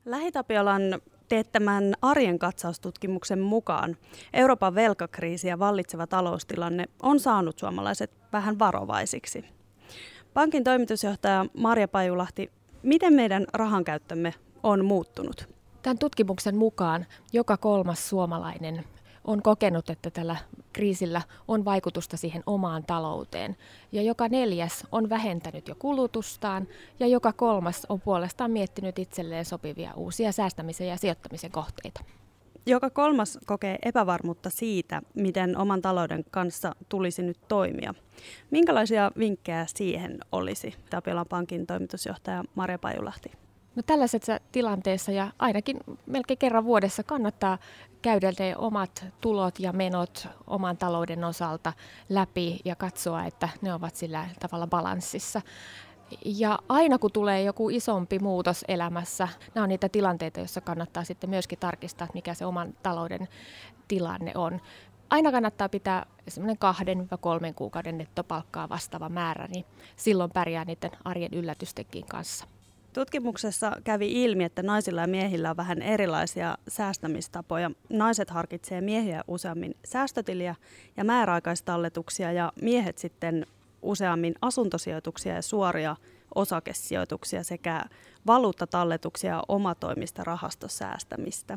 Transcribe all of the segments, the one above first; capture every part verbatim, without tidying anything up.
LähiTapiolan teettämän arjen katsaustutkimuksen mukaan Euroopan velkakriisi ja vallitseva taloustilanne on saanut suomalaiset vähän varovaisiksi. Pankin toimitusjohtaja Marja Pajulahti, miten meidän rahankäyttömme on muuttunut? Tämän tutkimuksen mukaan joka kolmas suomalainen on kokenut, että tällä kriisillä on vaikutusta siihen omaan talouteen. Ja joka neljäs on vähentänyt jo kulutustaan ja joka kolmas on puolestaan miettinyt itselleen sopivia uusia säästämisen ja sijoittamisen kohteita. Joka kolmas kokee epävarmuutta siitä, miten oman talouden kanssa tulisi nyt toimia. Minkälaisia vinkkejä siihen olisi, Tapiolan Pankin toimitusjohtaja Marja Pajulahti? No tällaisessa tilanteessa ja ainakin melkein kerran vuodessa kannattaa käydä ne omat tulot ja menot oman talouden osalta läpi ja katsoa, että ne ovat sillä tavalla balanssissa. Ja aina kun tulee joku isompi muutos elämässä, nämä on niitä tilanteita, joissa kannattaa sitten myöskin tarkistaa, mikä se oman talouden tilanne on. Aina kannattaa pitää semmoinen kahden vai kolmen kuukauden nettopalkkaa vastaava määrä, niin silloin pärjää niiden arjen yllätystenkin kanssa. Tutkimuksessa kävi ilmi, että naisilla ja miehillä on vähän erilaisia säästämistapoja. Naiset harkitsee miehiä useammin säästötiliä ja määräaikaistalletuksia ja miehet sitten useammin asuntosijoituksia ja suoria osakesijoituksia sekä valuuttatalletuksia ja omatoimista rahastosäästämistä.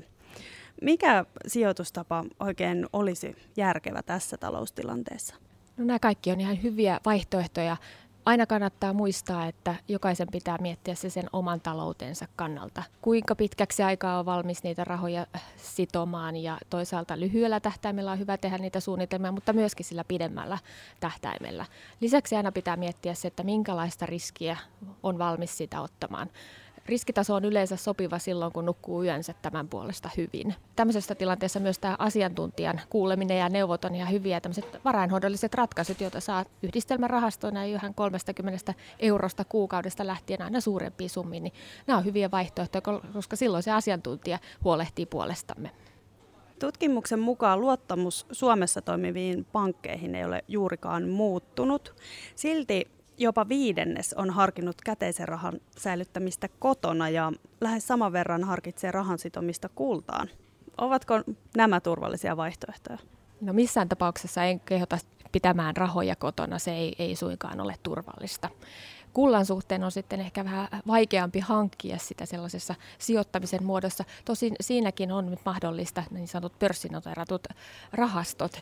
Mikä sijoitustapa oikein olisi järkevä tässä taloustilanteessa? No, nämä kaikki on ihan hyviä vaihtoehtoja. Aina kannattaa muistaa, että jokaisen pitää miettiä se sen oman taloutensa kannalta. Kuinka pitkäksi aikaa on valmis niitä rahoja sitomaan ja toisaalta lyhyellä tähtäimellä on hyvä tehdä niitä suunnitelmia, mutta myöskin sillä pidemmällä tähtäimellä. Lisäksi aina pitää miettiä se, että minkälaista riskiä on valmis sitä ottamaan. Riskitaso on yleensä sopiva silloin, kun nukkuu yönsä tämän puolesta hyvin. Tämmöisessä tilanteessa myös tämä asiantuntijan kuuleminen ja neuvot on ihan hyviä. Tämmöiset varainhoidolliset ratkaisut, joita saa yhdistelmärahastoina ihan kolmekymmentä eurosta kuukaudesta lähtien aina suurempiin summiin, niin nämä on hyviä vaihtoehtoja, koska silloin se asiantuntija huolehtii puolestamme. Tutkimuksen mukaan luottamus Suomessa toimiviin pankkeihin ei ole juurikaan muuttunut. Silti jopa viidennes on harkinnut käteisen rahan säilyttämistä kotona ja lähes saman verran harkitsee rahan sitomista kultaan. Ovatko nämä turvallisia vaihtoehtoja? No missään tapauksessa en kehota pitämään rahoja kotona, se ei, ei suinkaan ole turvallista. Kullan suhteen on sitten ehkä vähän vaikeampi hankkia sitä sellaisessa sijoittamisen muodossa. Tosin siinäkin on nyt mahdollista niin sanotut pörssinoteeratut rahastot.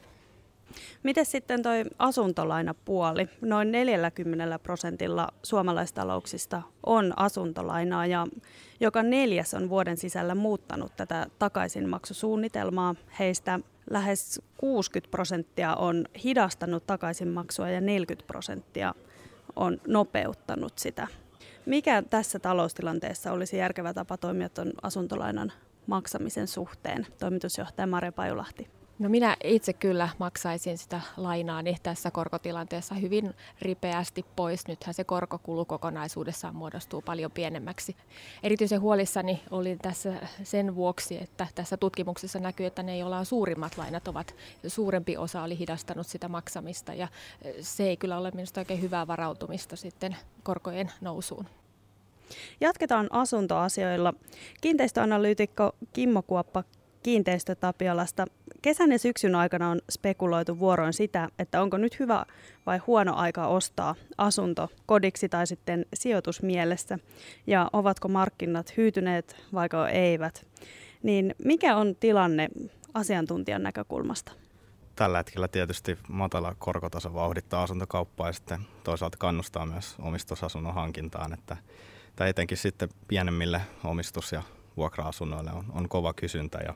Miten sitten toi asuntolainapuoli? Noin neljäkymmentä prosentilla suomalaistalouksista on asuntolainaa ja joka neljäs on vuoden sisällä muuttanut tätä takaisinmaksusuunnitelmaa. Heistä lähes kuusikymmentä prosenttia on hidastanut takaisinmaksua ja neljäkymmentä prosenttia on nopeuttanut sitä. Mikä tässä taloustilanteessa olisi järkevä tapa toimia tuon asuntolainan maksamisen suhteen? Toimitusjohtaja Marja Pajulahti. No minä itse kyllä maksaisin sitä lainaani tässä korkotilanteessa hyvin ripeästi pois. Nythän se korkokulu kokonaisuudessaan muodostuu paljon pienemmäksi. Erityisen huolissani olin tässä sen vuoksi, että tässä tutkimuksessa näkyy, että ne, joilla on suurimmat lainat, ovat suurempi osa oli hidastanut sitä maksamista. Ja se ei kyllä ole minusta oikein hyvää varautumista sitten korkojen nousuun. Jatketaan asuntoasioilla. Kiinteistöanalyytikko Kimmo Kuoppa Kiinteistötapiolasta. Kesän ja syksyn aikana on spekuloitu vuoroin sitä, että onko nyt hyvä vai huono aika ostaa asunto kodiksi tai sitten sijoitusmielessä ja ovatko markkinat hyytyneet vaiko eivät. Niin mikä on tilanne asiantuntijan näkökulmasta? Tällä hetkellä tietysti matala korkotaso vauhdittaa asuntokauppaa ja sitten toisaalta kannustaa myös omistusasunnon hankintaan, että tai etenkin sitten pienemmille omistus- ja vuokra-asunnoille on, on kova kysyntä ja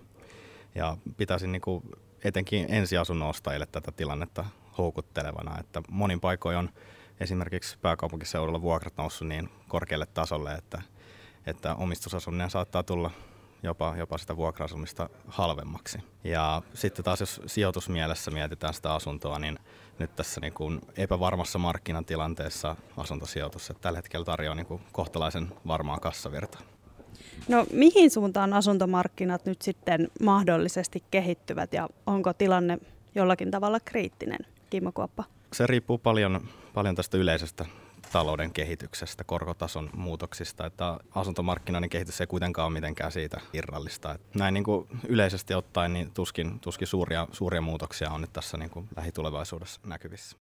Ja pitäisin niin kuin etenkin ensiasunnon ostajille tätä tilannetta houkuttelevana, että monin paikoin on esimerkiksi pääkaupunkiseudulla vuokrat noussut niin korkealle tasolle, että, että omistusasuminen saattaa tulla jopa, jopa sitä vuokra-asumista halvemmaksi. Ja sitten taas jos sijoitusmielessä mietitään sitä asuntoa, niin nyt tässä niin kuin epävarmassa markkinatilanteessa asuntosijoitus että tällä hetkellä tarjoaa niin kuin kohtalaisen varmaa kassavirtaa. No mihin suuntaan asuntomarkkinat nyt sitten mahdollisesti kehittyvät ja onko tilanne jollakin tavalla kriittinen, Kimmo Kuoppa? Se riippuu paljon, paljon tästä yleisestä talouden kehityksestä, korkotason muutoksista, että asuntomarkkinoiden kehitys ei kuitenkaan ole mitenkään siitä irrallista. Että näin niin kuin yleisesti ottaen niin tuskin, tuskin suuria, suuria muutoksia on nyt tässä niin kuin lähitulevaisuudessa näkyvissä.